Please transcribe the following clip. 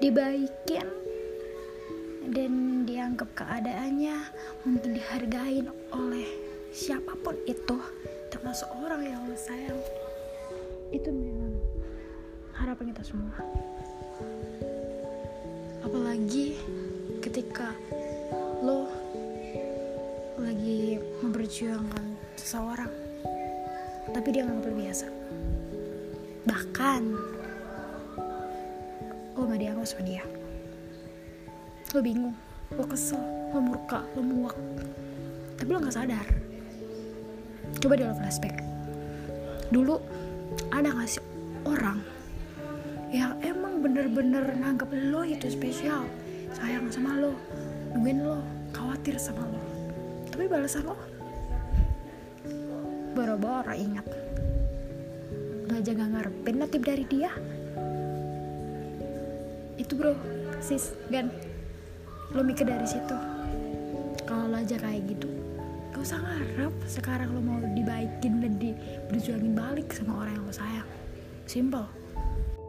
dibaikin dan dianggap keadaannya mungkin dihargain oleh siapapun itu, termasuk orang yang lo sayang. Itu memang harapan kita semua. Apalagi ketika lo lagi memperjuangkan seseorang tapi dia nganggap lo biasa, bahkan lo gak dianggap sama dia. Lo bingung, lo kesel, lo murka, lo muak, tapi lo gak sadar. Coba deh lo flashback. Dulu ada gak sih orang yang emang bener-bener nganggap lo itu spesial, sayang sama lo, nungguin lo, khawatir sama lo, tapi balasan lo boro-boro ingat, lo aja gak ngarepin notif dari dia. Itu bro, sis, Gan, lo mikir dari situ. Kalau lo aja kayak gitu, gak usah ngarep sekarang lo mau dibaikin dan diberjuangin balik sama orang yang lo sayang. Simple.